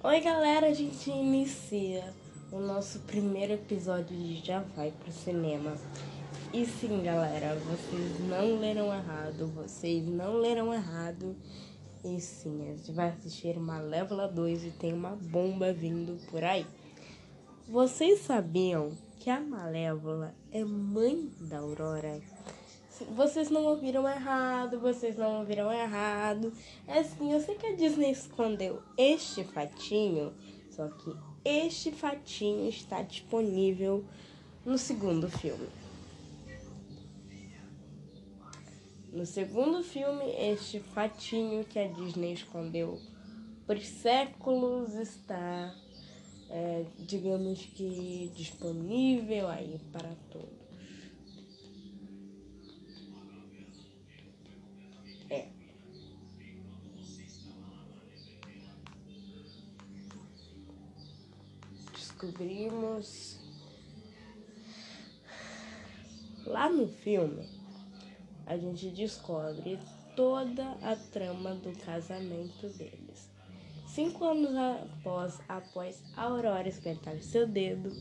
Oi galera, a gente inicia o nosso primeiro episódio de Já Vai Pro Cinema. E sim galera, vocês não leram errado. E sim, a gente vai assistir Malévola 2 e tem uma bomba vindo por aí. Vocês sabiam que a Malévola é mãe da Aurora? Vocês não ouviram errado. É sim, eu sei que a Disney escondeu este fatinho, só que este fatinho está disponível no segundo filme. No segundo filme, este fatinho que a Disney escondeu por séculos está, digamos que, disponível aí para todos. Descobrimos lá no filme, a gente descobre toda a trama do casamento deles. 5 anos após a Aurora espetar seu dedo,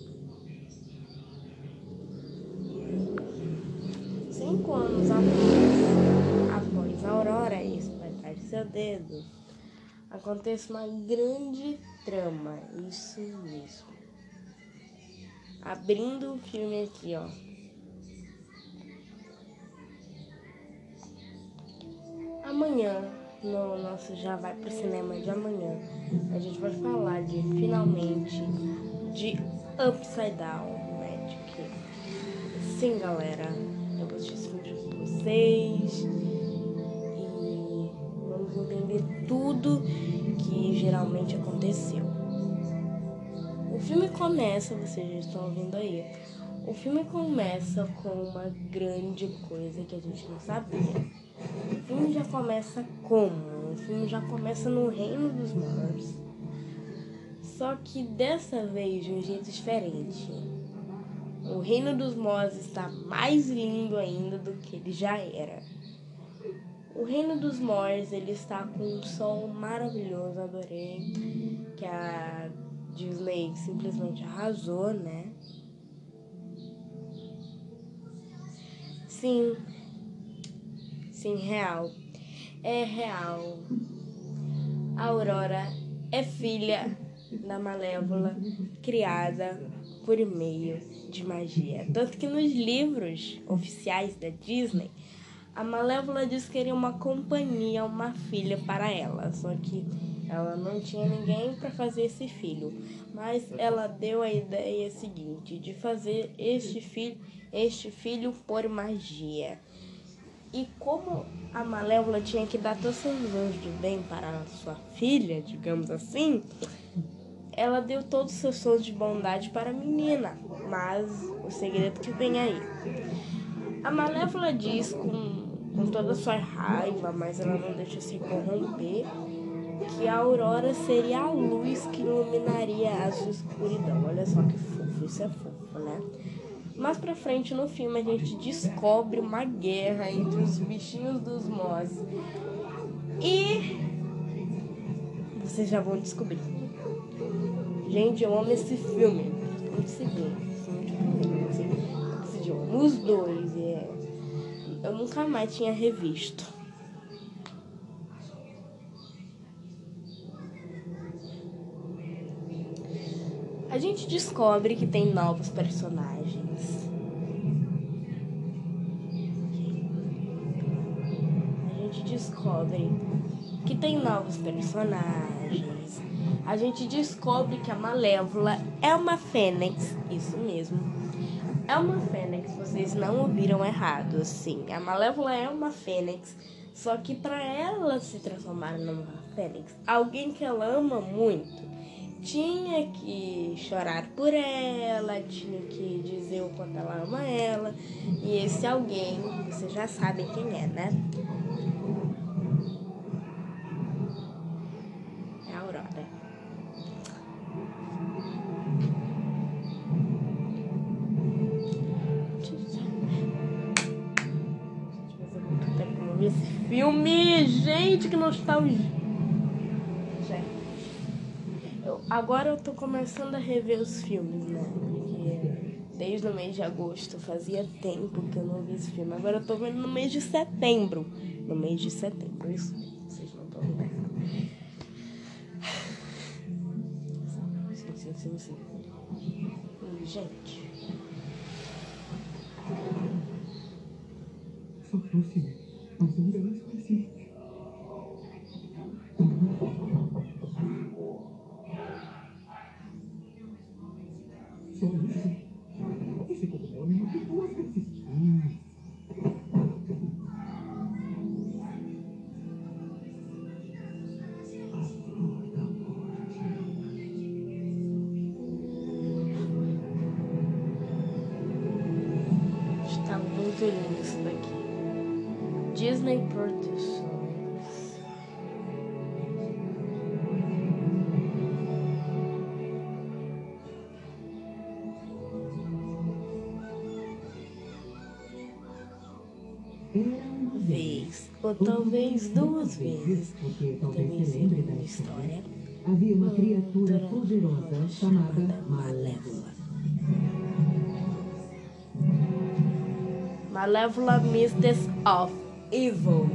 5 anos após a Aurora espetar seu dedo, acontece uma grande trama, isso mesmo. Abrindo o filme aqui, ó. Amanhã, no nosso Já Vai Pro Cinema de amanhã, a gente vai falar finalmente, de Upside Down Magic. Sim, galera, eu vou assistir esse vídeo com vocês e vamos entender tudo que geralmente aconteceu. O filme começa, vocês já estão ouvindo aí, o filme começa com uma grande coisa que a gente não sabia. O filme já começa como? O filme já começa no Reino dos Mortos. Só que dessa vez de um jeito diferente. O Reino dos Mortos está mais lindo ainda do que ele já era. O Reino dos Mortos, ele está com um sol maravilhoso, adorei. Que a Disney simplesmente arrasou, né? Sim, real. É real. A Aurora é filha da Malévola, criada por meio de magia. Tanto que nos livros oficiais da Disney, a Malévola diz que queria uma companhia, uma filha para ela. Só que ela não tinha ninguém para fazer esse filho. Mas ela deu a ideia seguinte, de fazer este filho por magia. E como a Malévola tinha que dar todos os sons de bem para a sua filha, digamos assim, ela deu todos os seus sons de bondade para a menina. Mas o segredo que vem aí. A Malévola diz com toda a sua raiva, mas ela não deixa se corromper, que a Aurora seria a luz que iluminaria a sua escuridão. Olha só que fofo, isso é fofo, né? Mais pra frente no filme a gente descobre uma guerra entre os bichinhos dos Moz. E vocês já vão descobrir. Gente, eu amo esse filme. Eu amo os dois. Eu nunca mais tinha revisto. A gente descobre que tem novos personagens. A gente descobre que a Malévola é uma fênix. Isso mesmo. É uma fênix, vocês não ouviram errado. Sim, a Malévola é uma fênix. Só que para ela se transformar numa fênix, alguém que ela ama muito tinha que chorar por ela, tinha que dizer o quanto ela ama ela. E esse alguém, vocês já sabem quem é, né? É a Aurora. Esse filme, gente, que nostalgia. Agora eu tô começando a rever os filmes, né? Porque desde o mês de agosto fazia tempo que eu não vi esse filme. Agora eu tô vendo no mês de setembro. No mês de setembro, isso mesmo. Vocês não estão vendo. Sim. Gente. Só fosse, mas ainda não esqueci. Só isso. Esse cogumelo me matou duas vezes. A flor da morte. Está muito lindo isso daqui. Disney Produções. Vez, ou talvez duas vezes, também sempre na história, havia uma criatura poderosa chamada Malévola. Malévola Mistress of Evil.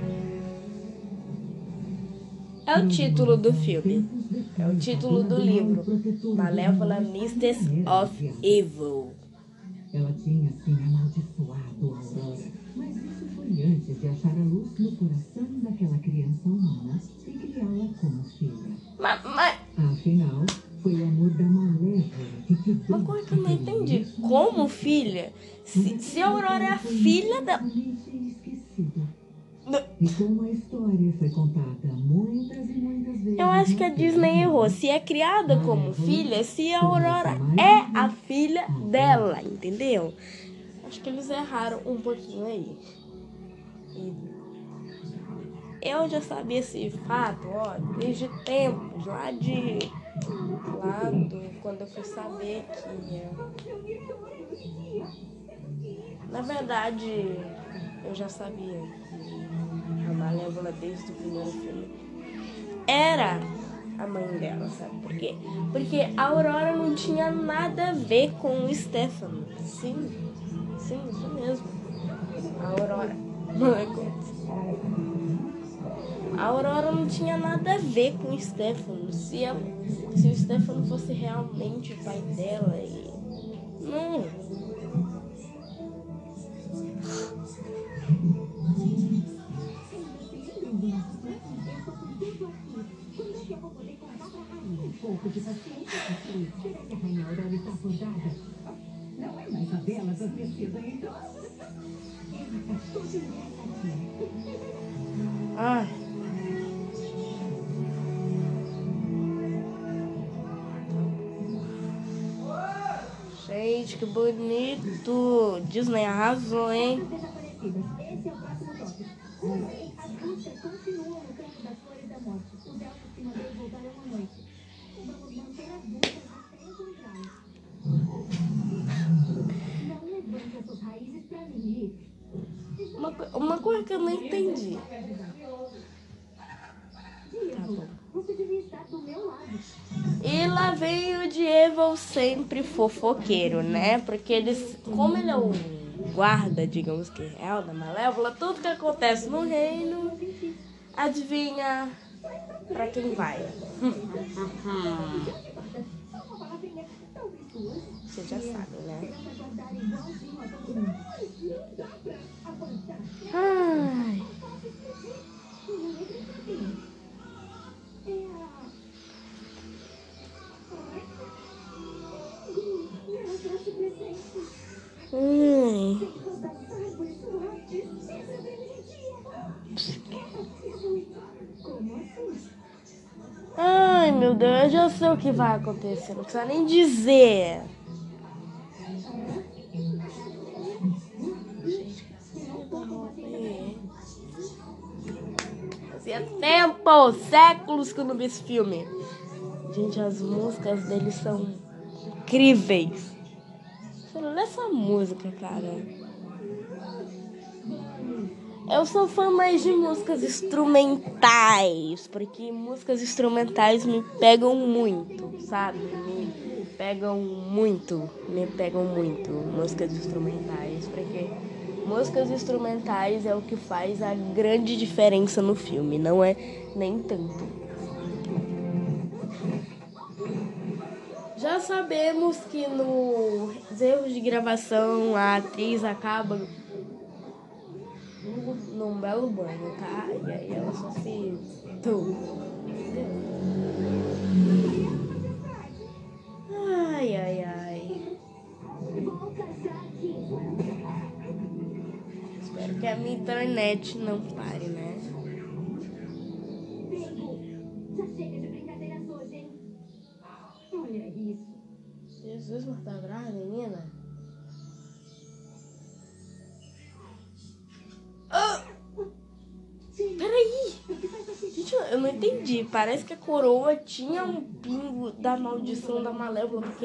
É o título do filme. É o título do livro. Malévola Mistress of Evil. Ela tinha, assim, amaldiçoado a Aurora. Mas isso foi antes de achar a luz no coração daquela criança humana e criá-la como filha. Mas Afinal, foi o amor da Malévola que quebrou. uma coisa que eu não entendi. Como filha? Se a Aurora é a filha da... Esquecida. E como a história foi contada muitas e muitas vezes. Eu acho que a Disney errou. Se é criada como filha, se a Aurora é a filha dela, entendeu? Acho que eles erraram um pouquinho aí. E eu já sabia esse fato, ó, desde tempos, quando eu fui saber que... Na verdade, eu já sabia que a Malévola, desde o primeiro filme, era a mãe dela, sabe por quê? Porque a Aurora não tinha nada a ver com o Stefano. Sim, isso mesmo. A Aurora não tinha nada a ver com o Stefano. Se o Stefano fosse realmente o pai dela, não. Um pouco de paciência, será que a rainha Aurora está acordada? Não é mais a dela, com certeza, então. Ela está toda aqui. Ai. Gente, que bonito. Disney arrasou, hein? Esse é o próximo tópico. As buscas continuam no campo das flores da morte. Os elfos que mandei voltaram à noite. Vamos manter as buscas até encontrá-los. Não levante as suas raízes pra mim. Uma coisa que eu não entendi. Tá bom. Você devia estar do meu lado. E lá vem o Diego sempre fofoqueiro, né? Porque como ele é o guarda, digamos que real da Malévola, tudo que acontece no reino, adivinha pra quem vai. Você já sabe, né? Ai. Ai, meu Deus, eu já sei o que vai acontecer, não precisa nem dizer. Fazia tempo, séculos que eu não vi esse filme. Gente, as músicas deles são incríveis. Olha essa música, cara. Eu sou fã mais de músicas instrumentais, porque músicas instrumentais me pegam muito, sabe? Me pegam muito músicas instrumentais, porque músicas instrumentais é o que faz a grande diferença no filme, não é nem tanto. Já sabemos que nos erros de gravação a atriz acaba num belo banho, tá? E aí ela só se... Ai, ai, ai. Espero que a minha internet não pare, né? Já chega de brincadeiras hoje, hein? Olha isso. Jesus, mas tá brava, menina? Peraí! Gente, eu não entendi. Parece que a coroa tinha um pingo da maldição da Malévola, porque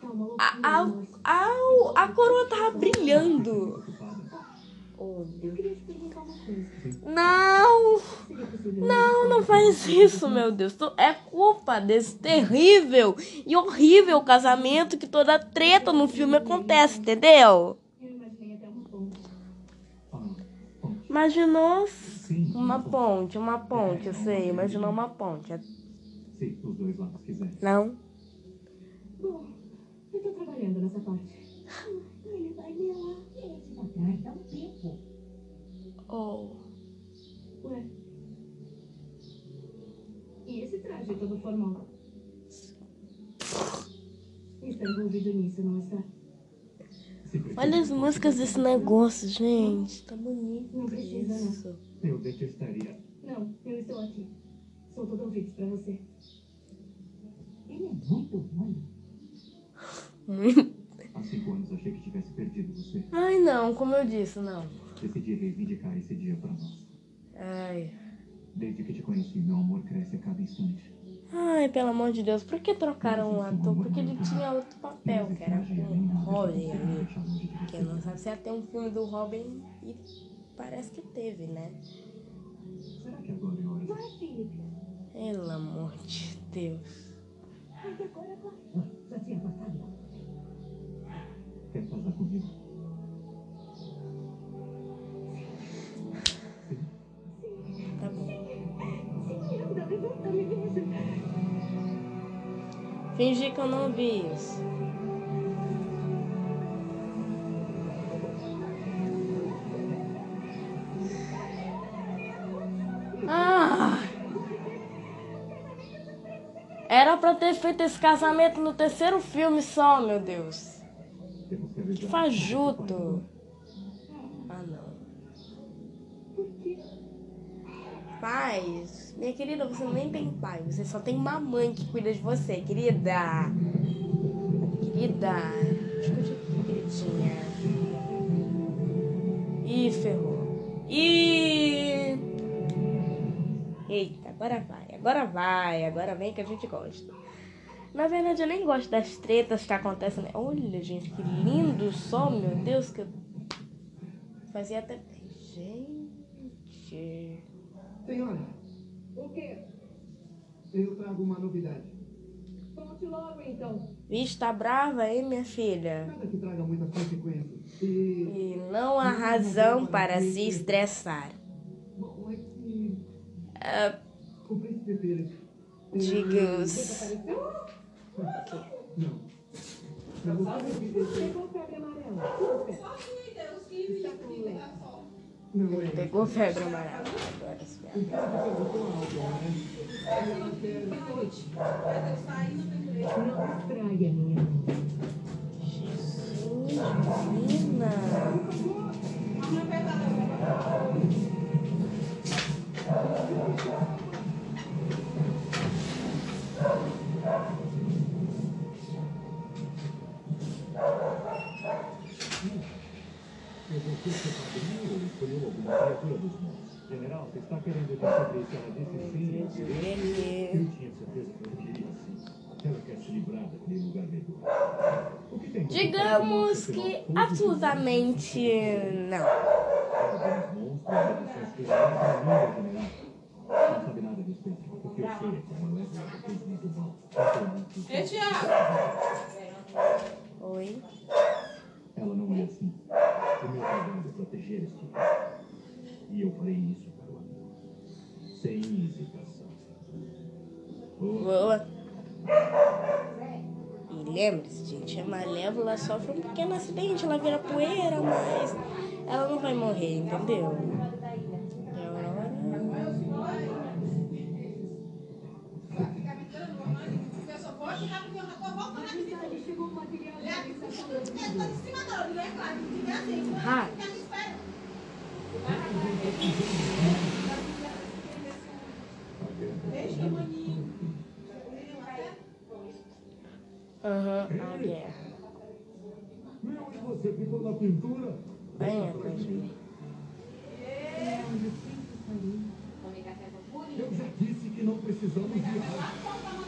a coroa tava brilhando. Oh, Deus. Não! Não faz isso, meu Deus. É culpa desse terrível e horrível casamento que toda treta no filme acontece, entendeu? Imaginou uma ponte, eu sei. Imaginou uma ponte. Se os dois lados quiserem. Não? Bom, eu tô trabalhando nessa parte. Ele vai melar. Devagar, dá um tempo. Oh. Ué. E esse traje todo formal? Está envolvido nisso, não está? Olha as músicas desse negócio, gente. Tá bonito Não precisa, isso. Eu detestaria. Não, eu estou aqui. Sou todo ouvido pra você. Ele é muito ruim. Há 5 anos achei que tivesse perdido você. Ai, não, como eu disse, não. Decidi reivindicar esse dia pra nós. Ai. Desde que te conheci, meu amor cresce a cada instante. Ai, pelo amor de Deus, por que trocaram o ator? Porque ele tinha outro papel, que era com o Robin ali. Quem não sabe se ia ter um filme do Robin e parece que teve, né? Será que agora é hora? Vai, Felipe. Pelo amor de Deus. Mas agora vai. Já tinha passado. Quer casar comigo? Tá bom. Sim, anda, levanta, me beija. Fingi que eu não vi isso. Era pra ter feito esse casamento no terceiro filme só, meu Deus. Que fajuto. Ah, não. Paz. Minha querida, você nem tem pai. Você só tem uma mãe que cuida de você, querida. Querida. Escute aqui, queridinha. Ih, ferrou. Ih. Eita, agora vem que a gente gosta. Na verdade, eu nem gosto das tretas que acontecem. Olha, gente, que lindo só, meu Deus, que eu fazia até... Gente... Senhora, o quê? Eu trago uma novidade. Conte logo, então. Vixe, tá brava, hein, minha filha? Nada que traga muitas consequências. E não há razão para se estressar. Bom, é que... Ah, O príncipe Philip... digamos... Desapareceu? Não. Não, o príncipe... Pegou febre amarela. Está com leite. Não, é... Pegou febre amarela. Agora sim. Não estrague a minha mão. Jesus, menina. Escolheu alguma criatura dos montes. General, você está querendo descobrir se ela disse sim? Eu tinha certeza que ela queria sim. Ela quer se livrar daquele lugar medonho. O que tem? Digamos que absolutamente não. Ela vê os monstros, ela é linda, general. Não sabe nada a respeito. O que eu sei é que a Malévola fez muito mal. Ei, Tiago! Oi? Ela não é assim. O meu trabalho é proteger este tipo. E eu farei isso, caro amigo. Sem hesitação. Boa. E lembre-se, gente, a Malévola sofre um pequeno acidente, ela vira poeira, mas ela não vai morrer, entendeu? Chegou o material de Ah. Aham, a guerra. Meu, e você ficou na pintura? Venha com a gente. Eu já disse que não precisamos viajar.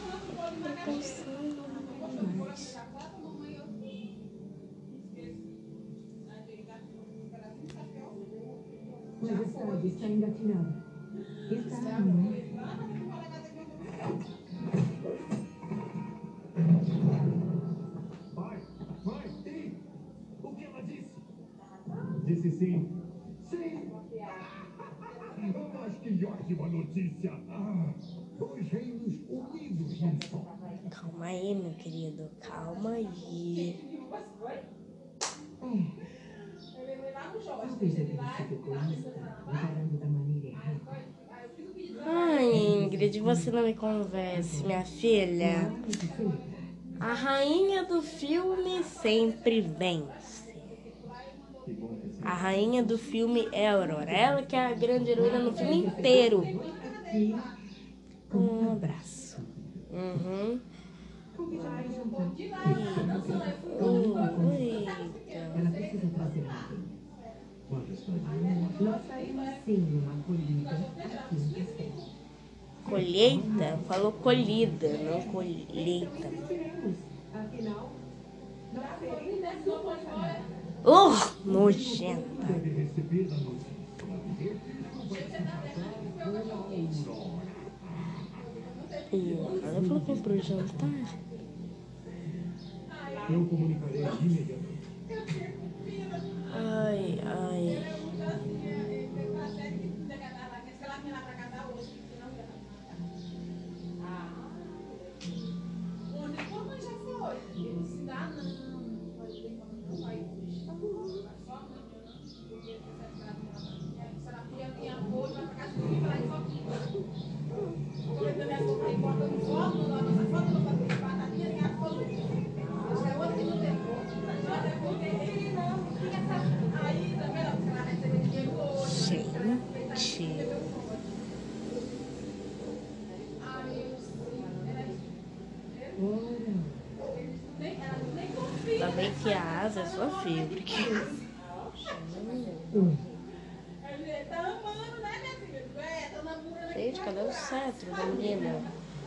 Majestade, está engatilhado. Está armado. Vai, ei! O que ela disse? Disse sim. Sim! Mas que ótima notícia! Dois reinos unidos num só. Calma aí, meu querido, calma aí. Talvez ele fique egoísta, encarando da maneira errada. Ai, Ingrid, você não me convence, minha filha. A rainha do filme sempre vence. A rainha do filme é a Aurora. Ela que é a grande heroína no filme inteiro. Um abraço. Uhum. Ela precisa trazer alguém. Majestade, Nós saímos sim uma colheita aqui no castelo. Colheita? Falou colhida, não colheita. Afinal, nós seremos sua família. Nojenta. deve receber a notícia. Meu filho vai se casar com a Aurora. E ela falou que é pro jantar. Eu comunicarei imediatamente. Ai, ai. Gente. Ainda bem que a asa é sua filha, porque... Gente, cadê o cetro da menina?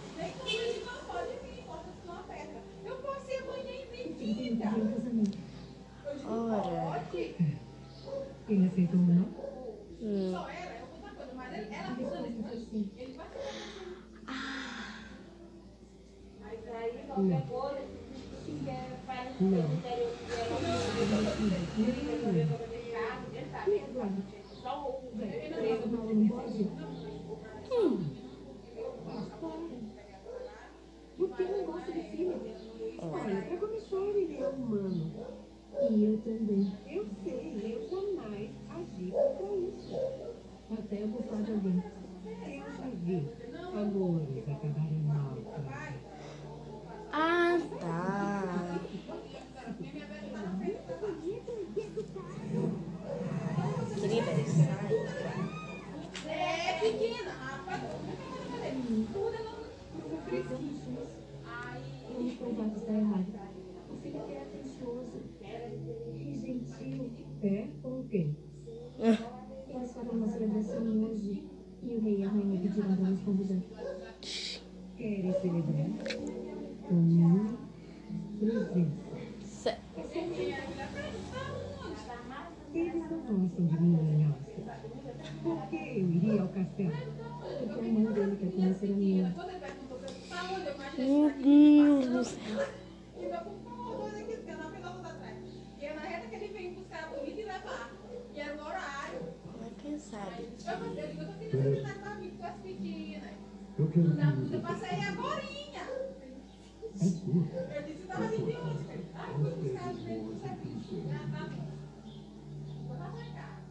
Ora. Ele aceitou ou não? Por que não gosta de filho? Olha, pra começar, ele é humano. E eu também. Eu sei, eu jamais agi contra isso. Até eu gostar de alguém. Eu já vi amores acabarem mal. Ah, tá. Querida, sai. É pequena, rapaz. Vamos provar que está errado. O filho é atencioso e gentil. É? Ou o quê? Eles farão uma celebração hoje e o rei e a rainha pediram para nos convidar. Querem celebrar? Com minha presença. Eles não gostam de mim em Oscar. Por que eu iria ao castelo? Porque a mãe dele quer conhecer a minha. Quando ele perguntou pra onde, eu imaginei Meu Deus do céu. E meu computador aqui, que na frente da outra atrás. E eu na reta que ele veio buscar a comida e levar. E era o horário. Mas quem sabe? Eu tô querendo terminar com a amiga com as meninas. Eu quero Eu passei agorinha. É sua. Eu disse que tava ali de hoje. Ah, eu fui buscar as meninas. Tá bom. Vou lá pra cá.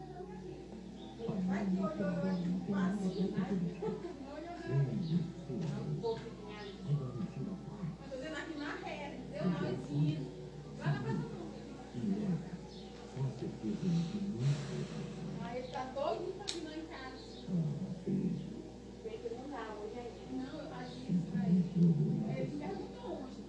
Vai que olhou eu aqui no passinho, né? Eu tô dizendo aqui na reta, entendeu? Na vizinha. Lá na casa do Com certeza não. Aí ele tá doido pra vir lá em casa. Vem que não dá hoje ainda. Não, eu acho que isso aí. Ele perguntou onde.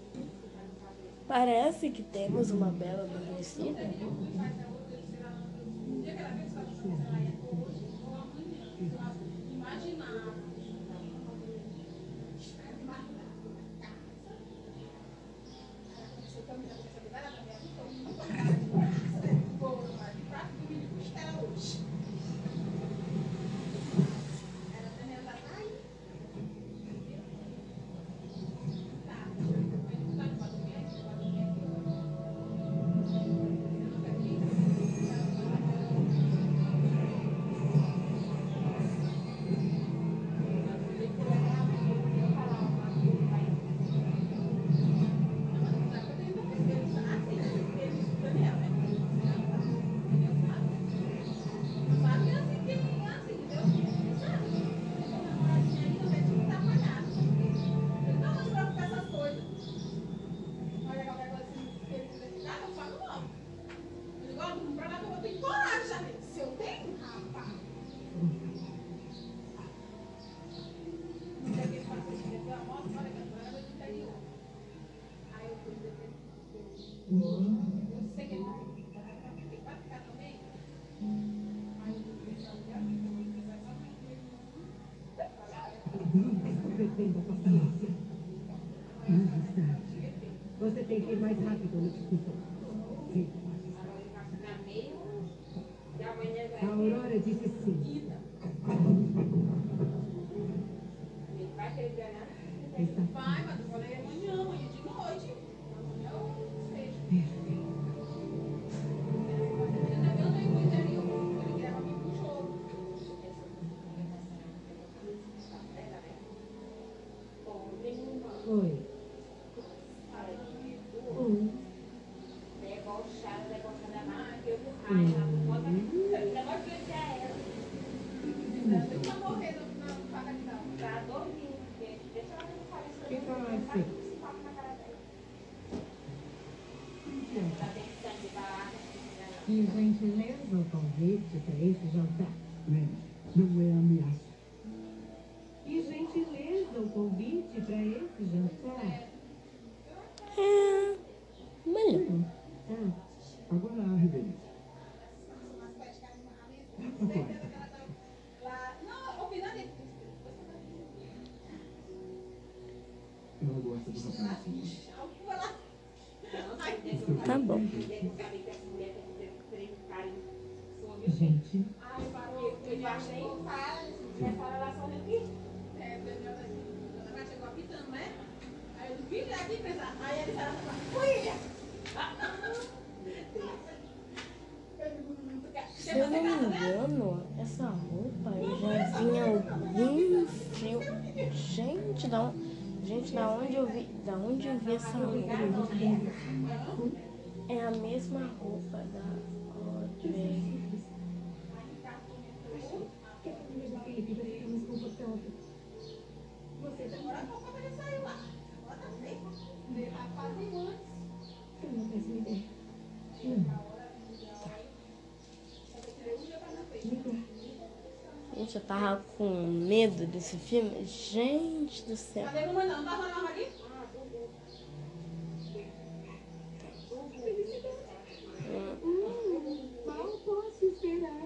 Parece que temos uma bela adormecida. Um dia que ela veio, só que ela ia hoje ou amanhã. Imaginar. Você tem que ir mais rápido no discussão. Sim. A Aurora disse sim. Vai, mas eu falei amanhã de noite. Amanhã eu seja. Eu não tenho interior. Ele quer vir pro jogo. Oi. Que gentileza o convite para esse jantar. Não é ameaça. Que gentileza o convite para esse jantar. É. Melhor. Agora a Ribeirinha. Ela gosta do rapaz. Tá bom. Gente. Eu achei essa relação aqui. Ela chegou apitando, né? Aí eu disse, filha, aqui, pensar. Aí ele falou, filha! Se eu não me engano, essa roupa já vinha algum filme. Gente, da onde eu vi essa roupa? É a mesma roupa da Audrey. Felipe vai ficar mais confortável. Você demora a pouco pra ele sair lá. Agora tá bem. A fase antes. Eu não faço ideia. Gente, eu tava com medo desse filme. Gente do céu. Cadê a mamãe não? Não tá falando aqui? Mal posso esperar.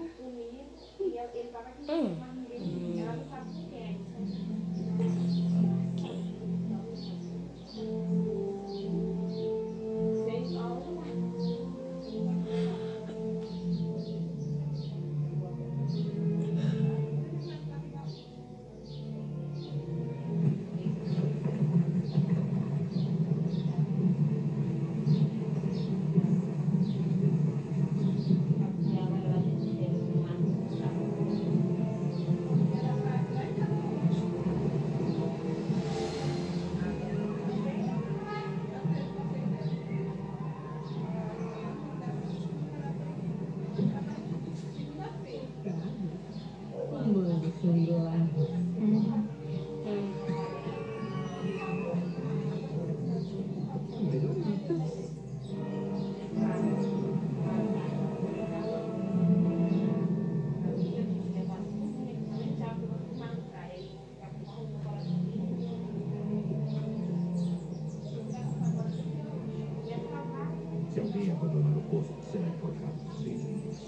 será enforcado por 6 anos.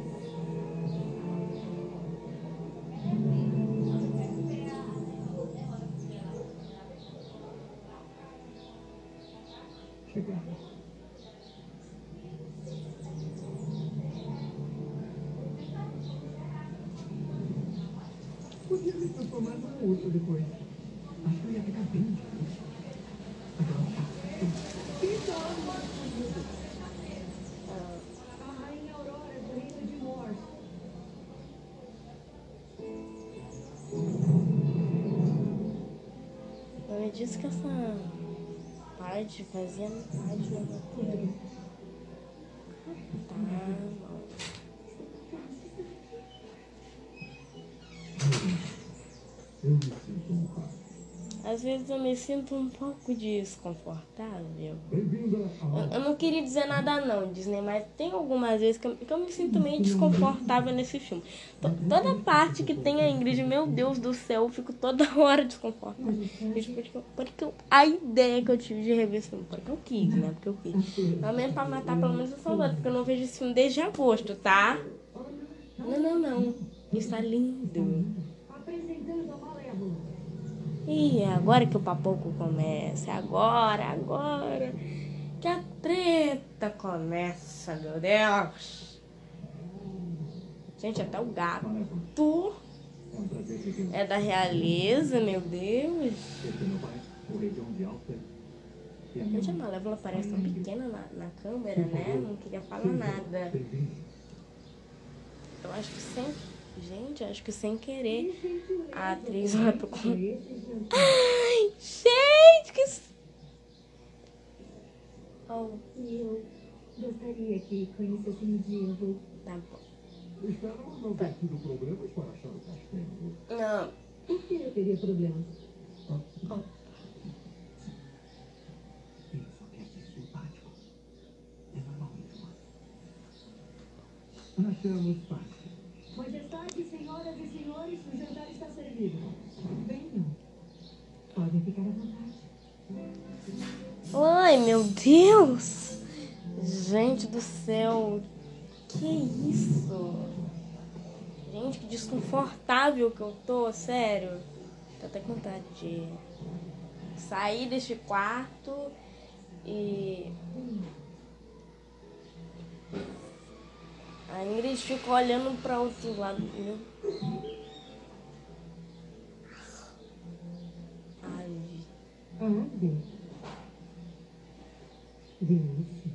Chegaram. Podia me transformar numa ursa depois. Acho que eu ia ficar bem diferente. A Rainha Aurora do Reino de Morse. Eu me disse que essa parte fazia metade do roteiro. Tá bom. Eu me sinto honrado. Às vezes eu me sinto um pouco desconfortável. Bem-vinda a... Eu não queria dizer nada não, Disney, mas tem algumas vezes que eu me sinto meio desconfortável nesse filme. Toda parte que tem a Ingrid, meu Deus do céu, eu fico toda hora desconfortável. Porque a ideia que eu tive de rever esse filme, porque eu quis, né? Porque eu quis. Realmente pra matar pelo menos a saudade, porque eu não vejo esse filme desde agosto, tá? Não. Está lindo. Apresentando a Malévola. E agora que o papoco começa, agora que a treta começa, meu Deus. Gente, até o gato É um prazer revê-lo. é da realeza, meu Deus. Esse é meu pai, o rei John de Alta. E a minha Gente, a mãe. Malévola parece tão pequena na câmera, né? Não queria falar nada. Bem-vindo. Eu acho que sem querer, a atriz vai pro... Ai, gente, que... Oh, E eu gostaria que conhecesse um dia o vô. tá bom. Espero não ter tido problemas para achar o castelo. Não, Por que eu teria problemas? Ele só quer ser simpático. É normal isso. Achamos fácil. Majestade, senhoras e senhores, o jantar está servido. Venham. Podem ficar à vontade. ai, meu Deus! Gente do céu, que isso? Gente, que desconfortável que eu tô, sério. Tô até com vontade de sair deste quarto e... A Ingrid fica olhando pra outro lado, viu? Ai, Ave. Delícia.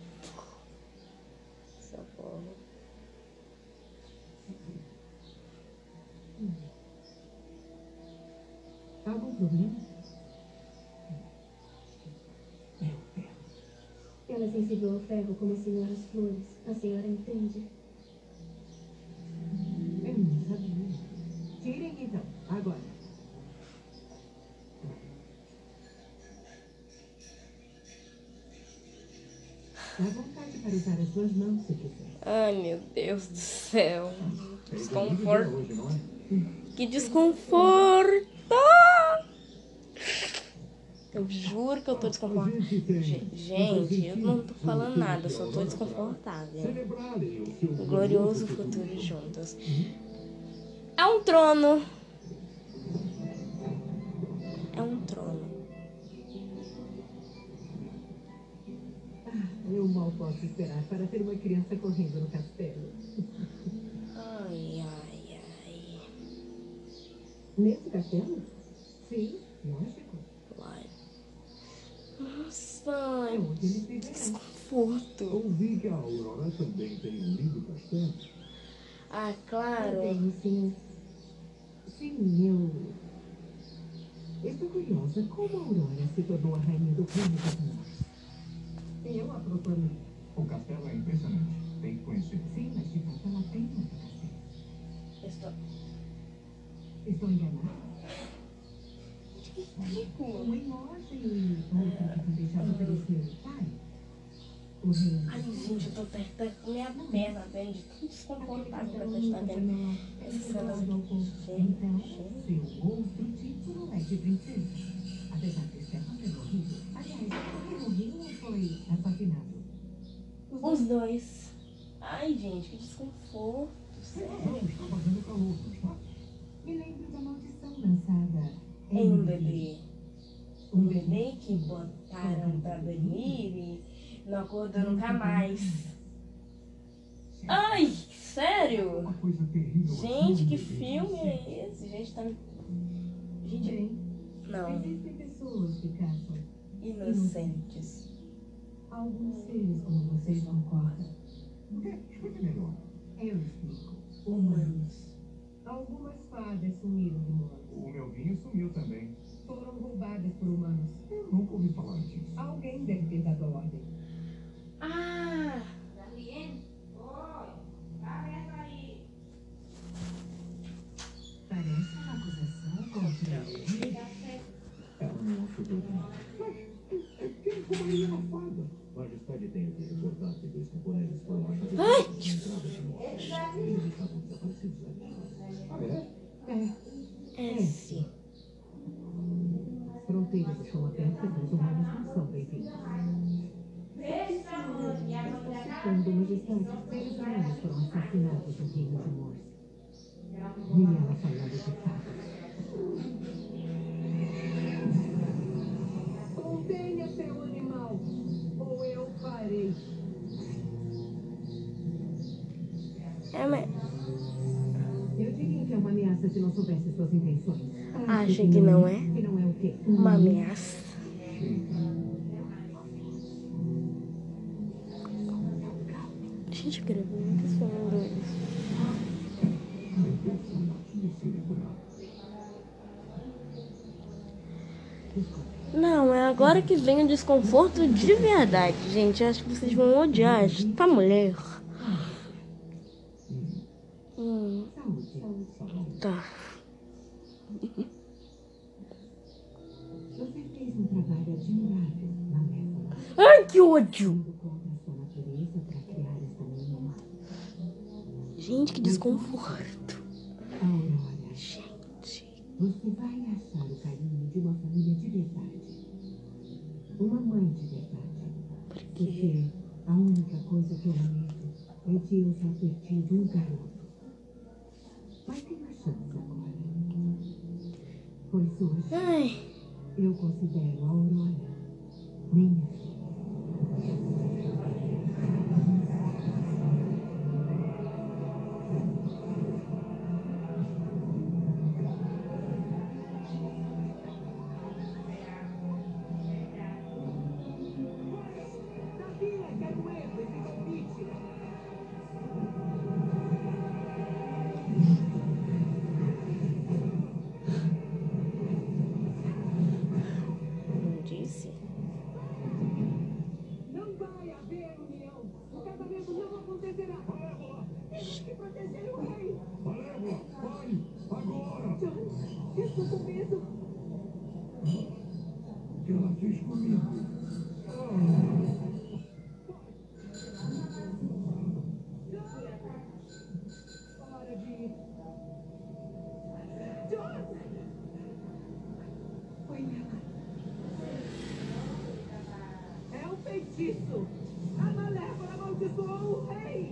socorro. Algum problema? É o ferro. Ela é sensível ao ferro como a senhora às flores. A senhora entende? Eu não sabia. Tirem então, agora. Dá vontade para usar as suas mãos se quiser. Ai, meu Deus do céu. É Desconforto. hoje, não é? Que desconforto! Eu juro que eu tô desconfortável. Gente, eu não tô falando nada, eu só tô desconfortável. Celebrarem o seu Glorioso futuro juntos. É um trono. É um trono. Eu mal posso esperar para ter uma criança correndo no castelo. Ai. Nesse castelo? Sim, lógico. Ai. Nossa, É onde eles que viverão. desconforto. Ouvi que a Aurora também tem um lindo castelo. Ah, Eu claro. tenho, sim. Sim, eu estou curiosa como a Aurora se tornou a rainha do reino dos mortos. Eu a proclamei. O castelo é impressionante. Tem que conhecer. Sim, mas de fato ela tem outro castelo. Estou... Estou enganada? Um em loja e outro que foi deixado pelo seu pai. O rei. Ai, gente, eu tô apertando com minha perna, entende? Que desconfortável pra testar vendo essas cenas aqui. Então, seu outro título é de princesa. Apesar de Stefan ter morrido. Aliás, ele morreu ou foi assassinado? Os dois. Ai, gente, que desconforto. Sério. Está fazendo calor, não está? Me lembro da maldição lançada Em um bebê. Um bebê que botaram pra dormir e não acordou nunca mais. Ai, sério? Uma coisa terrível. Gente, que filme é esse? Gente, tá... Gente, Bem, não. existem pessoas que caçam. Inocentes. Alguns seres como vocês concordam. O quê? Explique melhor. Eu explico. Humanos. Algumas fadas sumiram de Mons. O meu vinho sumiu também. Foram roubadas por humanos. Eu nunca ouvi falar disso. Alguém deve ter dado a ordem. Ah! Parece uma acusação contra ele. Ela não ajudou demais. Mas quem comaria uma fada? Majestade tem que recordar que dois camponeses foram achados na entrada de morte. Eles estavam desaparecidos há dias. Ah, é? É sim. As fronteiras estão abertas, mas humanos não são bem-vindos. Quando majestade, seres humanos foram assassinados no reino de Morse. E ela falando de fadas. Contenha seu animal, ou eu farei. É, mas... Eu diria que é uma ameaça se não soubesse suas intenções. Acha que não é? Que não é o quê? Uma ameaça. Gente, eu queria ver muitos filmes doidos. Não, é agora que vem o desconforto de verdade, gente. Acho que vocês vão odiar esta mulher. Tá. Você fez um trabalho admirável, Malévola. Ai, que ódio! Indo contra a sua natureza para criar esta menina. Gente, que desconforto. Aurora, Gente. você vai achar o carinho de uma família de verdade. Uma mãe de verdade. Por quê? Porque a única coisa que eu lamento é de eu só ter tido um garoto. Mas tem uma chance agora. Pois hoje Ai. eu considero a Aurora minha filha. Sabia que era um erro esse convite. Não disse? Não vai haver união. O casamento não acontecerá. Temos que proteger o rei. Malévola, pare! Agora! John, eu estou com medo. O que ela fez comigo? Hora de ir. John! Foi ela. É um feitiço. A Malévola amaldiçoou o rei.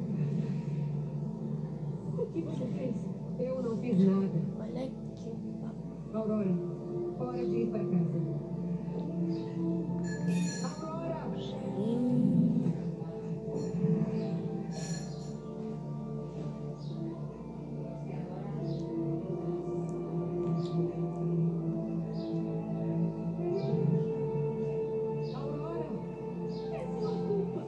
O que você fez? Eu não fiz nada. Olha aqui. Aurora, hora de ir para casa. Aurora! Aurora! É sua culpa!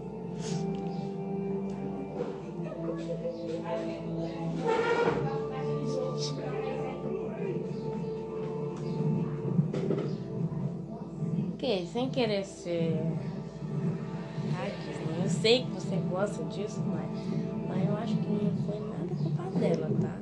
Que? Sem querer ser... Disney. Eu sei que você gosta disso, mas eu acho que não foi nada culpa dela, tá?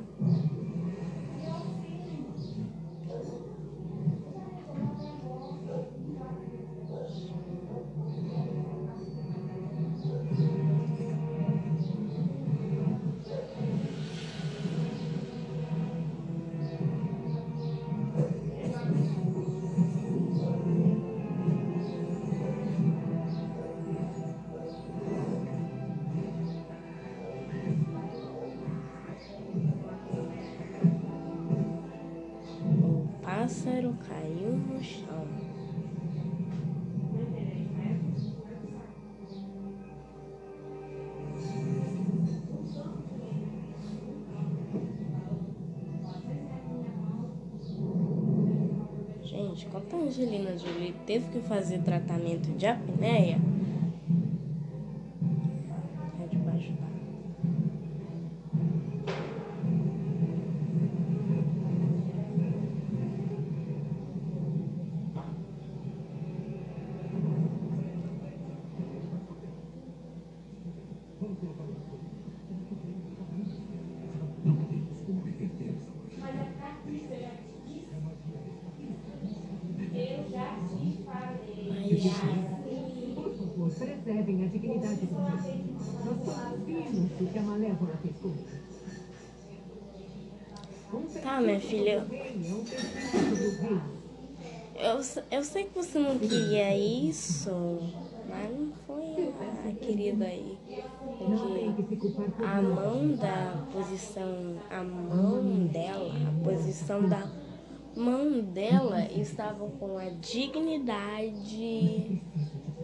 caiu no chão. Gente, quando a Angelina Jolie teve que fazer tratamento de apneia, é debaixo d'água. Por favor, preservem a dignidade do rei. Nós todos vimos o que a Malévola fez comigo. Tá, minha filha. É um testemunho do rei. Eu sei que você não queria isso, mas não foi a querida aí. Não tem que Porque se culpar por a nada. mão da posição, a mão dela, a posição da mão dela estava com a dignidade.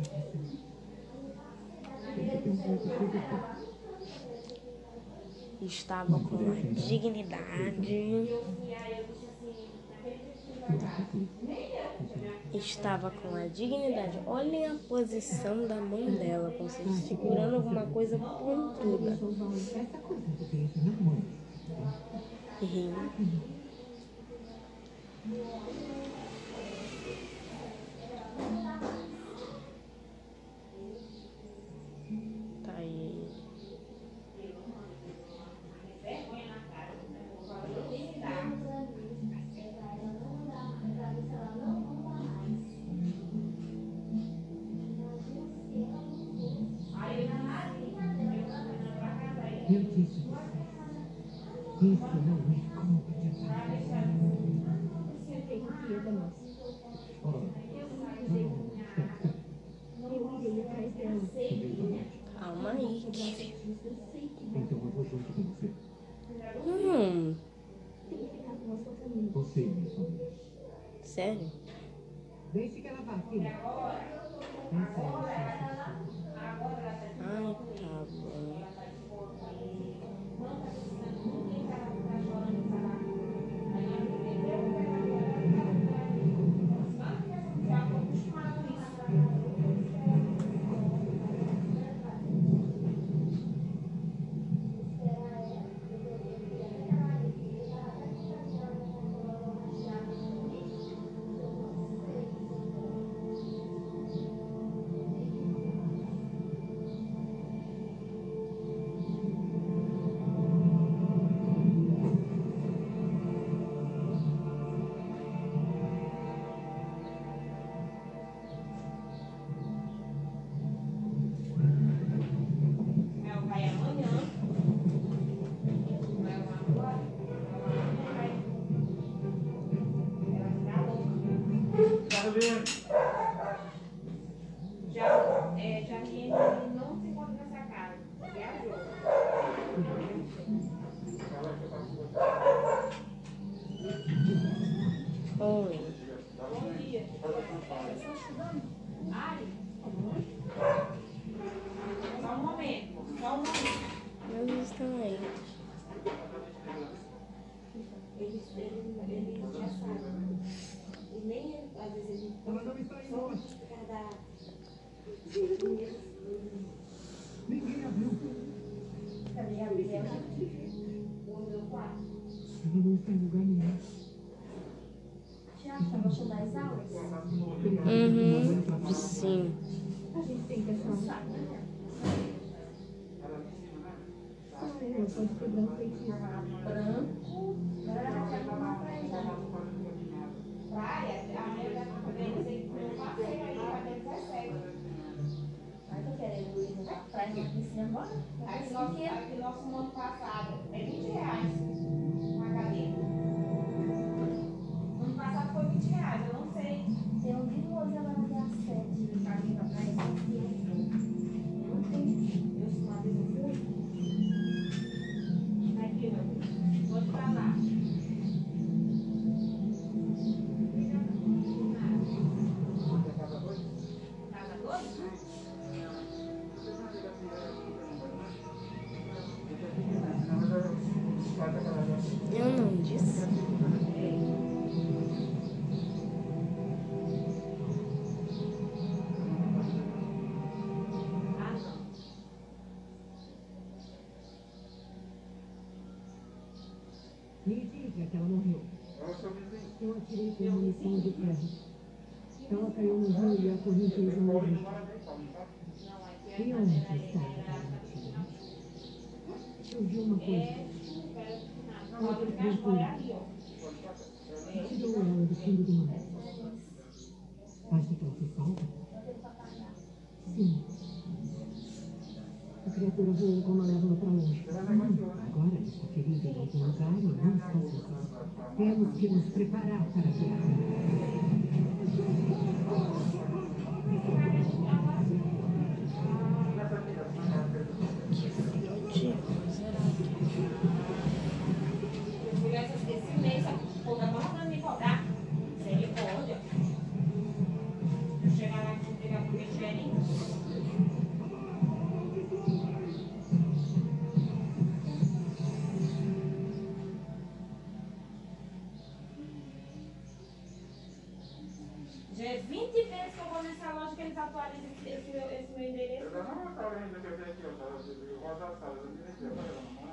Estava com a dignidade. Estava com a dignidade. Olhem a posição da mão dela, como se estivesse segurando alguma coisa pontuda. Essa coisa do beijo na mão. Tá aí. Eu disse você. Isso não é como pedir paz. Você tem medo, moça. Eu irei atrás dela. Calma aí. Eu sei que Então eu vou junto com você. Hum, tem que ficar com a sua família. Você e minha família. sério? Deixe que ela vá, filha. Essa é a licença. Ai, tá bom. Já que ele não se encontra nessa casa, viajou. Oi. Bom dia. Vocês estão estudando? Ari? Só um momento, só um momento. Eles estão aí. Ele já sabe. E nem ele, às vezes, ele Ela não está indo só hoje. por causa da. Ninguém abriu. Cadê a Bia? O meu quarto. Ela não está em lugar nenhum. Tiago, tá gostando das aulas? Uhum, sim. A gente tem que descansar. Ai, eu posso quebrar o feitiço. Branco. Praia, amanhã já podemos ir para um passeio aí, vai ter 17. Ai, tô querendo ir na praia, na piscina agora. Aqui nosso ano passado é R$20 uma cadeira. Ano passado foi R$20, eu não sei. Eu vi hoje agora dia 7. Pra vir pra praia, Não tem. eu uma vez eu fui. Aqui, meu filho, vou te falar. É que ela morreu. Eu atirei com munição de ferro. Ela caiu no rio e a correnteza morreu. E onde estava a mentira? Surgiu uma coisa. Outra criatura. Tirou ela do fundo do mar. Acha que ela se salva? Sim. A criatura voou com a malévola para longe. Agora ela está ferida em algum lugar e não está sozinha. Temos que nos preparar para a guerra. Esse mês, a pouca mão vai me cobrar. Misericórdia. Eu chegar lá e pegar com o dinheirinho. Já é 20 vezes que eu vou nessa loja que eles atualizam esse meu endereço. Eu não estava ainda que eu tenho aqui, eu vou usar a sala, eu me lembro para ela, não.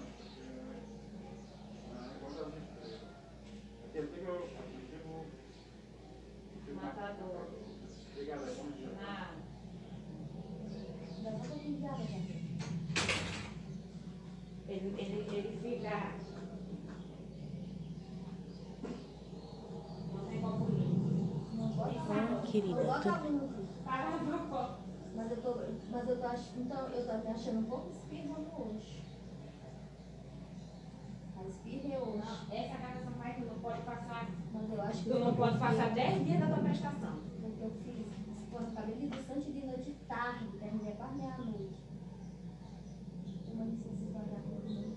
Aquele tipo Matador. Obrigado, bom dia. Ele fica. Não tem como ir. Querida, Mas eu tô me achando um pouco espirrando hoje. A espirra é hoje. Não, essa gravação mais não pode passar. Mas eu acho que Tu não pode passar 10 dias da tua prestação. Porque eu fiz, quando eu acabei de Santo de noite tarde, terminei quase meia-noite. Uma necessidade da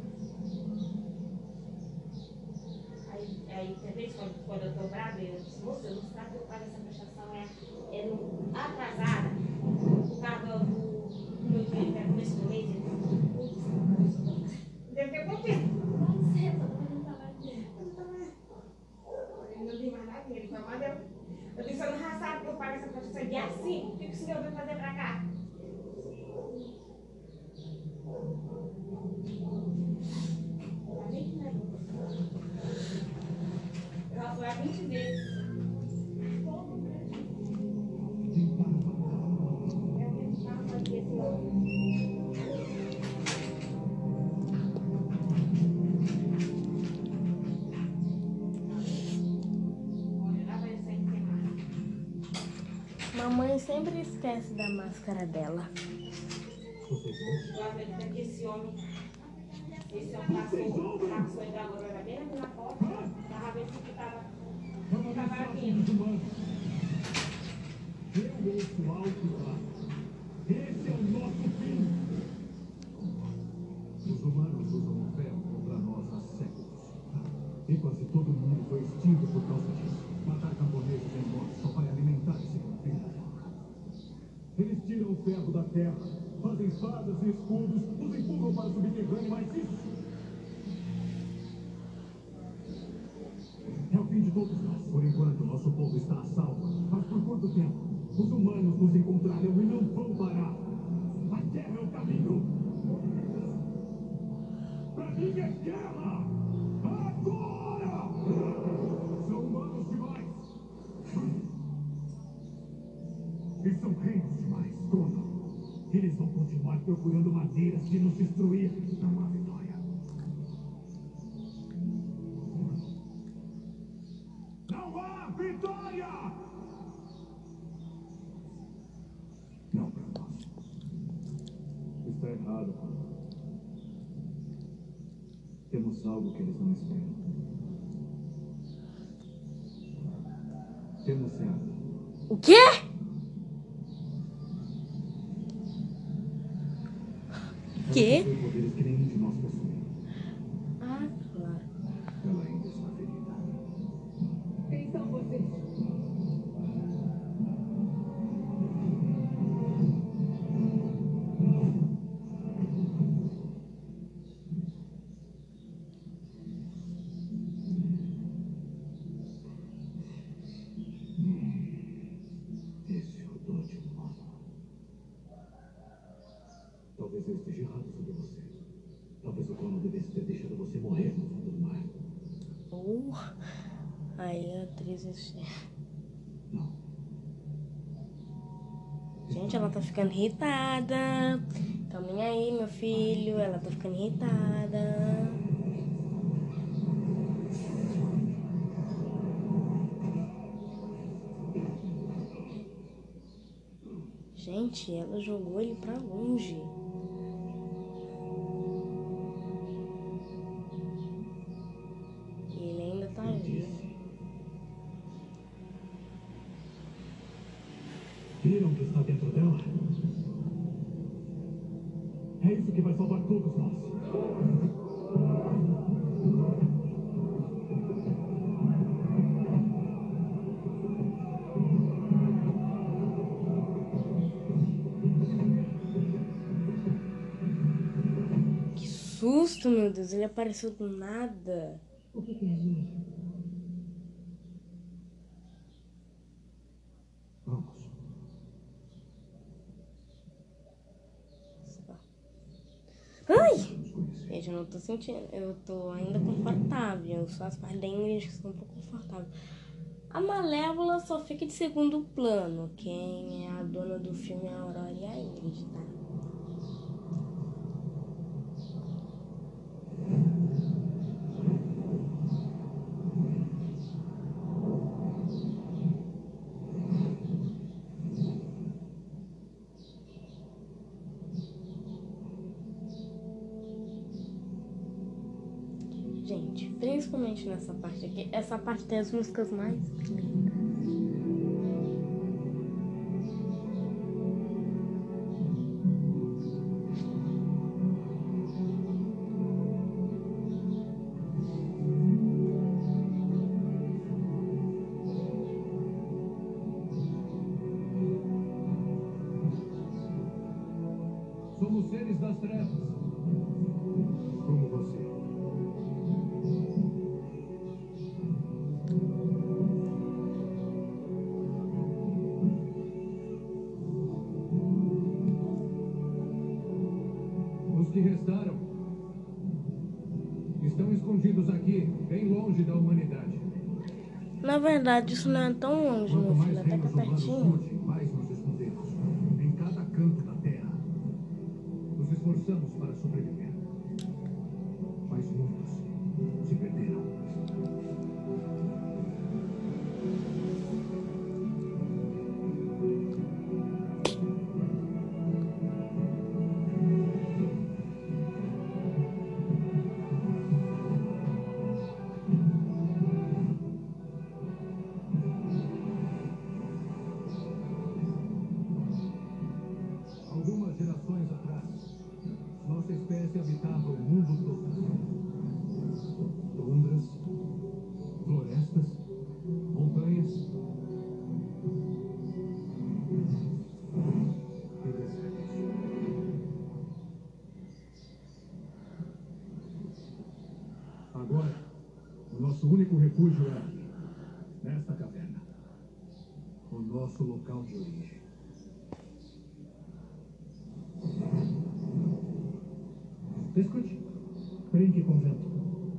Aí, talvez quando eu tô brava, eu disse, moça, eu não sei que eu pago essa prestação é atrasada. Por causa do meu dinheiro que era começo do mês. Deve ter quanto tempo? Não sei, eu não tava aqui. Eu não vi mais nada, ele foi mal. Eu disse, eu não já sabe que eu pago essa prestação dia 5. O que o senhor veio fazer pra cá? Eu já fui há 20 vezes. mamãe sempre esquece da máscara dela. Eu acredito que esse homem passou ainda agora, era bem na porta, estava vendo que estava aqui. Eu ouço alto lá. Esse é o nosso fim. Os humanos usam o ferro contra nós há séculos. E quase todo mundo foi extinto por causa disso. Matar camponeses em nós só vai alimentar esse conflito. Eles tiram o ferro da terra, fazem espadas e escudos, nos empurram para o subterrâneo, mas isso é o fim de todos nós. Por enquanto, nosso povo está a salvo. Mas por quanto tempo? Os humanos nos encontrarão e não vão parar. A guerra é o caminho. Pra mim é guerra! Agora! São humanos demais. E são reinos demais. Como? Eles vão continuar procurando maneiras de nos destruir. Não há vitória. Não há vitória! Não para nós. Está errado. Temos algo que eles não esperam. Temos certo. O quê? Que? Ela possui poderes que nenhum de nós possui. Ah, claro. Ela ainda está ferida. Quem são vocês? Esse é o dote humano. Talvez eu esteja errado sobre você. Talvez o clone devesse ter deixado você morrer no fundo do mar. Aí a atriz Gente, ela tá ficando irritada. Calma aí, meu filho. Ela tá ficando irritada. Gente, ela jogou ele pra longe. E ele ainda tá vivo. Viram que está dentro dela? É isso que vai salvar todos nós. Que susto, meu Deus. Ele apareceu do nada. O que é, gente? Vamos. Ai! Gente, eu não tô sentindo. Eu tô ainda confortável. Só as partes da Ingrid que estão um pouco confortáveis. A Malévola só fica de segundo plano. Quem é a dona do filme é a Aurora e a Ingrid, tá? Gente, principalmente nessa parte aqui. Essa parte tem as músicas mais lindas. Somos seres das trevas. Como você. Os que restaram estão escondidos aqui, bem longe da humanidade. Na verdade, isso não é tão longe, Quanto meu mais filho. Até que é reinos humanos pertinho. surgem, mais nos escondemos. Em cada canto da terra. Nos esforçamos para sobreviver. Mas muitos se perderam. Algumas gerações atrás, nossa espécie habitava o mundo todo. Tundras, florestas, montanhas e desertos. Agora, o nosso único refúgio é aqui, nesta caverna. O nosso local de origem. Escute, brinque com o vento.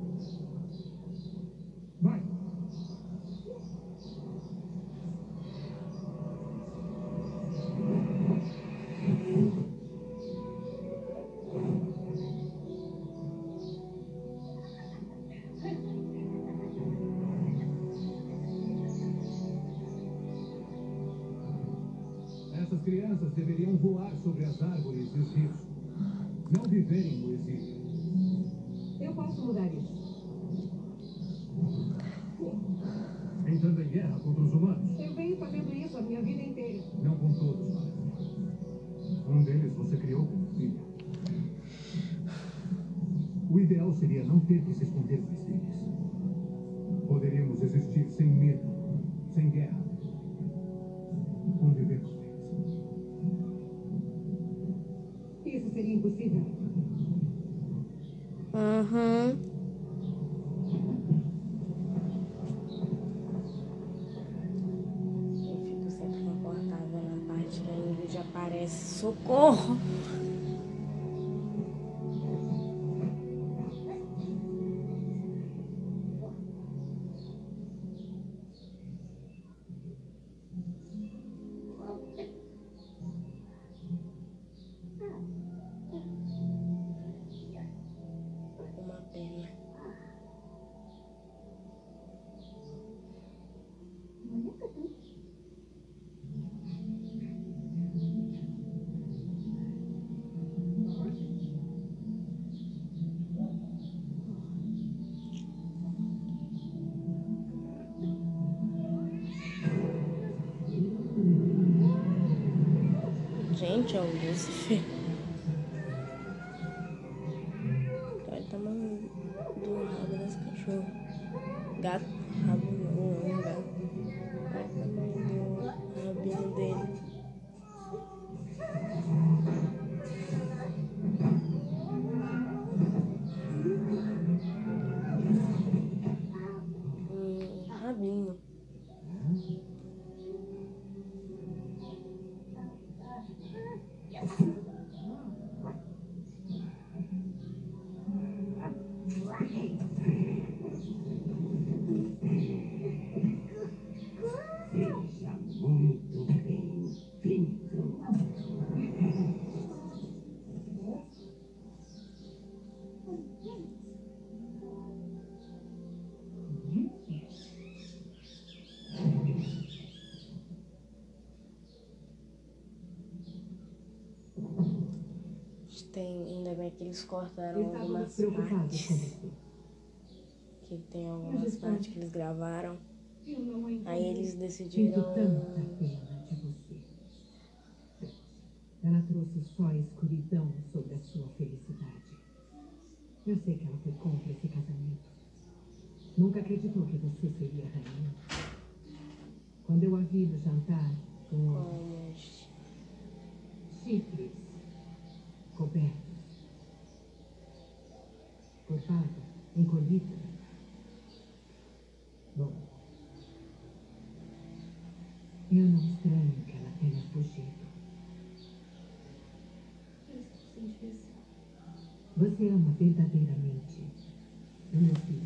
Vai! Essas crianças deveriam voar sobre as árvores e os rios. Não viverem no exílio. Eu posso mudar isso. Entrando em guerra contra os humanos. Eu venho fazendo isso a minha vida inteira. Não com todos, mas um deles você criou como filho. O ideal seria não ter que se esconder mais deles. Poderíamos existir sem medo, sem guerra. Conviver com eles. Isso seria impossível. Uhum. Eu fico sempre confortável na parte que a Ingrid aparece. Socorro! Gente, é o Lúcifer. Olha o tamanho do rabo desse cachorro. Gato, rabo não, é um gato. Olha o tamanho do rabinho dele. Rabinho. Ainda bem que eles cortaram algumas partes. Que tem algumas partes que eles gravaram. Aí eles decidiram. Sinto tanta pena de você. Ela trouxe só a escuridão sobre a sua felicidade. Eu sei que ela foi contra esse casamento. Nunca acreditou que você seria rainha. Quando eu a vi no jantar com chifres cobertos, curvada, encolhida. Bom, eu não estranho que ela tenha fugido. Você ama verdadeiramente o meu filho.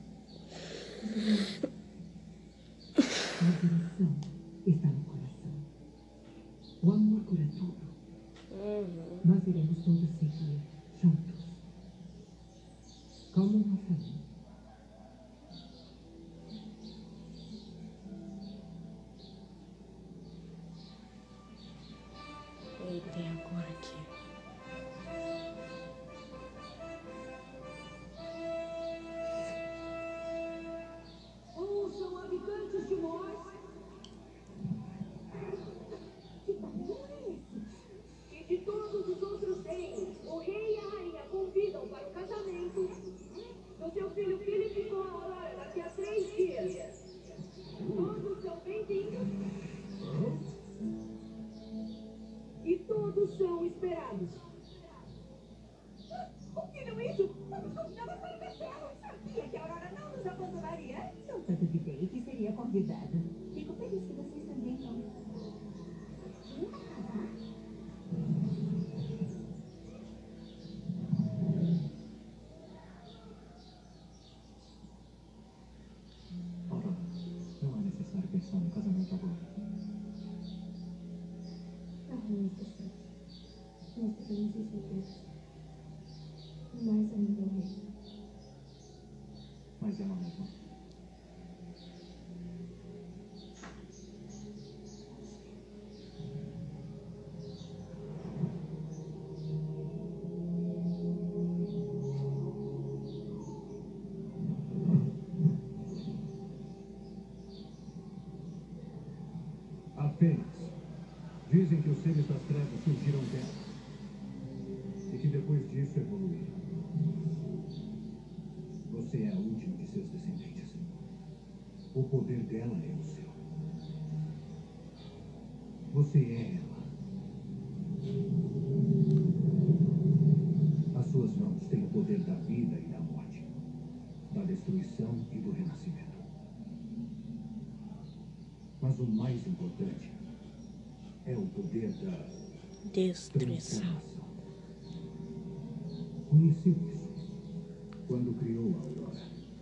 A direção está no coração. O amor cura tudo. Nós iremos todos seguir juntos, como uma família. E tem agora aqui. Ouçam, habitantes de Mors. Que barulho é esse? E de todos os outros reinos, o rei e a rainha convidam para o casamento do seu filho Filipe com a Aurora daqui a 3 dias. Todos são bem-vindos e todos são esperados. Ouviram isso? Fomos convidados para o castelo. Sabia que a Aurora não nos abandonaria. Nunca duvidei que seria convidada. Fico feliz que vocês também vão. Aurora, não é necessário pensar no casamento agora. Não é necessário. Nós podemos resolver. Mais ainda o rei. Mas ela mesma. Apenas. Dizem que os seres das trevas surgiram dela. E que depois disso evoluíram. Você é a última de seus descendentes. O poder dela é o seu. Você é ela. As suas mãos têm o poder da vida e da morte, da destruição e do renascimento. Mas o mais importante é o poder da Destruição. transformação. Conheceu isso quando criou a Aurora.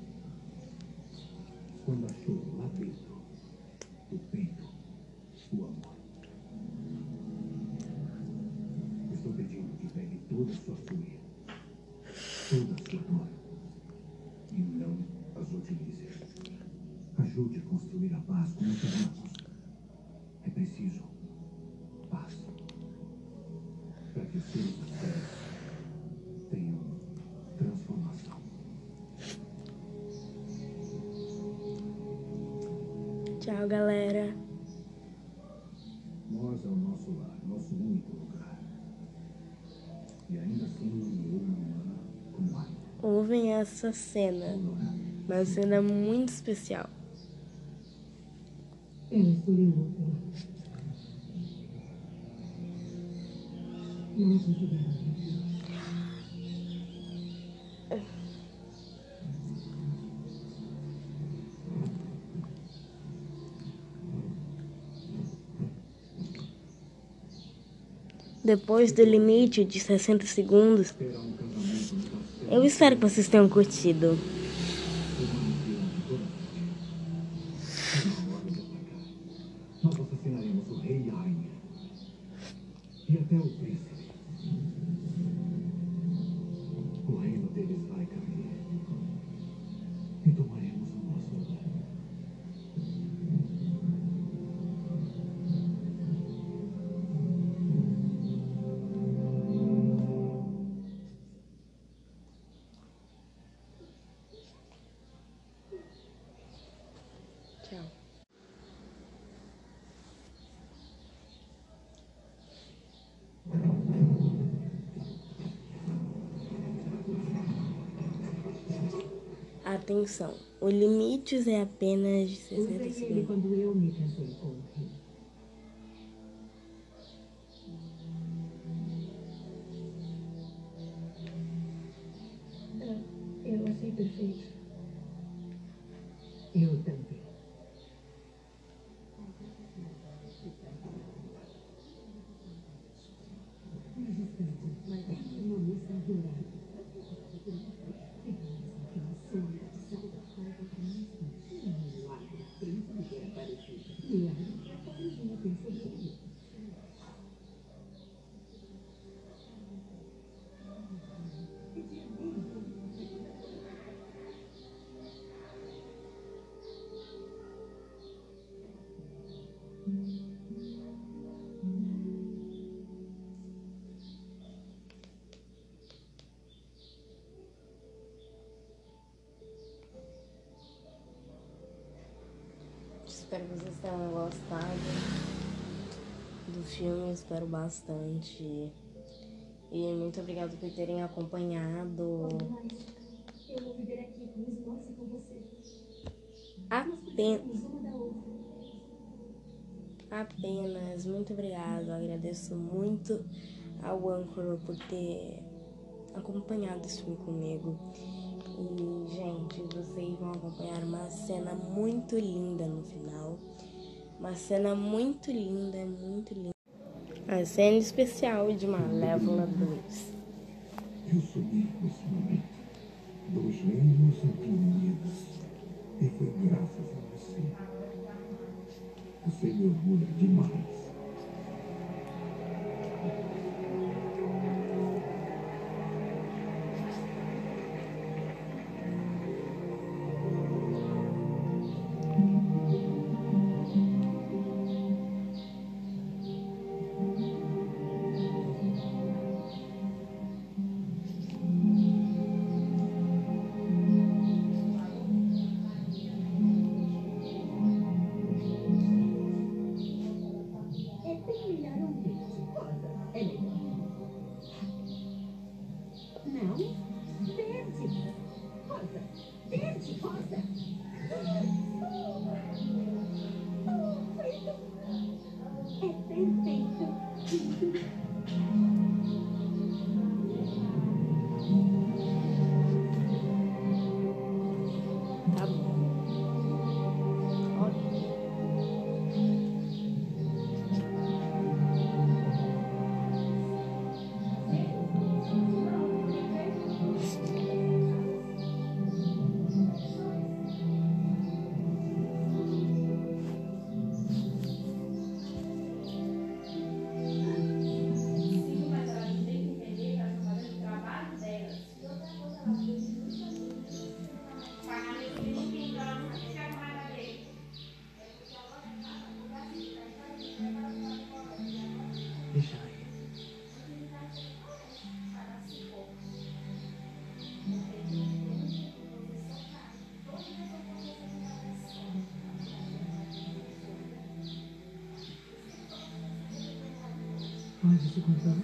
Quando achou lá dentro do peito o amor. Estou pedindo que pegue toda a sua fúria, toda a sua dor, e não as utilize. Ajude a construir a paz como terrenos. É preciso paz. Para que os seres das terras tenham transformação. Tchau, galera. Nós, ao nosso lar, nosso único lugar. E ainda assim não doou uma humana como Aina. Ouvem essa cena, uma cena muito especial. Ela escolheu outra. Não considero. Depois do limite de 60 segundos, eu espero que vocês tenham curtido. Nós assassinaremos o rei e a rainha. E até o príncipe. O reino deles vai cair. E tomaremos o nosso lugar. Tchau. Atenção, o limite é apenas de 60 Usei ele segundos. quando eu me casei com o rei. Eu achei perfeito. Eu também. Mas é uma moça adorada. Espero que vocês tenham gostado do filme, espero bastante. E muito obrigado por terem acompanhado. Eu vou viver aqui com os irmãos e com você. Apenas, muito obrigado. Agradeço muito ao Anchor por ter acompanhado esse filme comigo. E, gente, vocês vão acompanhar uma cena muito linda no final. Uma cena muito linda, muito linda. A cena especial de Malévola 2. Eu sonhei com esse momento. Dois reinos aqui unidos. E foi graças a você. Você me orgulha demais. Tá bom. Deixa aí. Pode se controlar.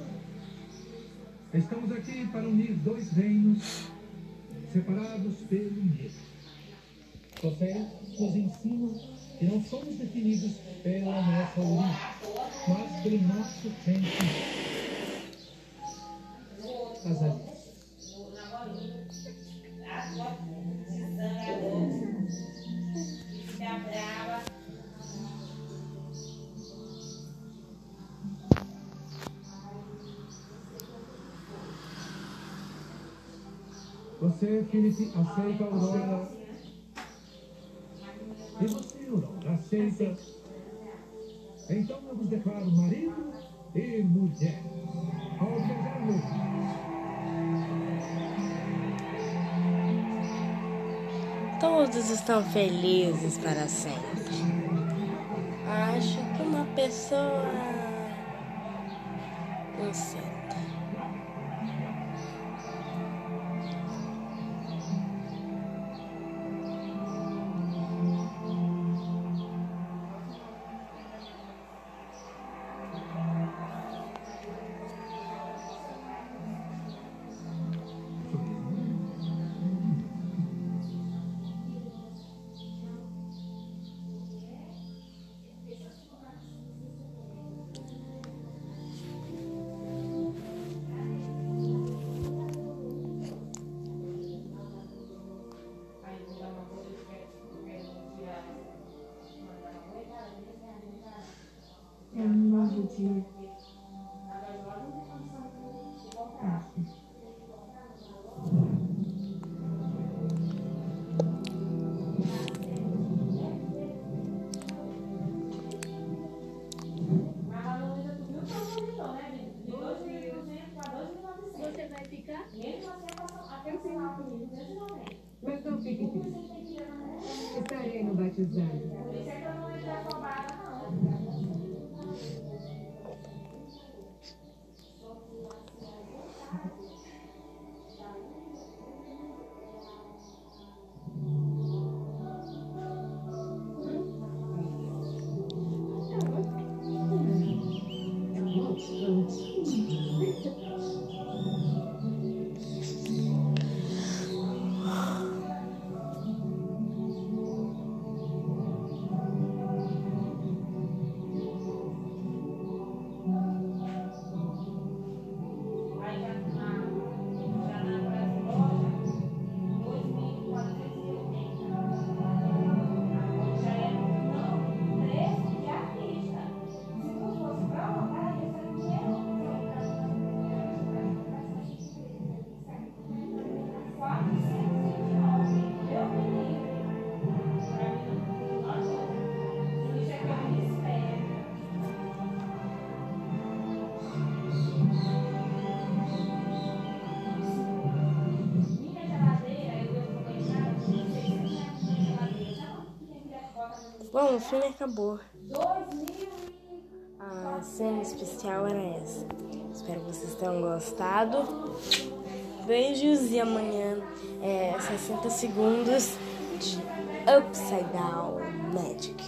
Estamos aqui para unir dois reinos separados pelo medo. Vocês nos ensinam que não somos definidos pela nossa origem, mas pelo nosso sentimento. As alianças. Você, Felipe, aceita a Aurora? E você, Aurora, aceita? Então eu vos declaro marido e mulher. Ao beijar-nos. Todos estão felizes para sempre. Acho que uma pessoa... não sei. É um novo dia. Você vai ficar? Mas não fique triste. Estarei no batizado. Bom, o filme acabou. A cena especial era essa. Espero que vocês tenham gostado. Beijos e amanhã 60 segundos de Upside Down Magic.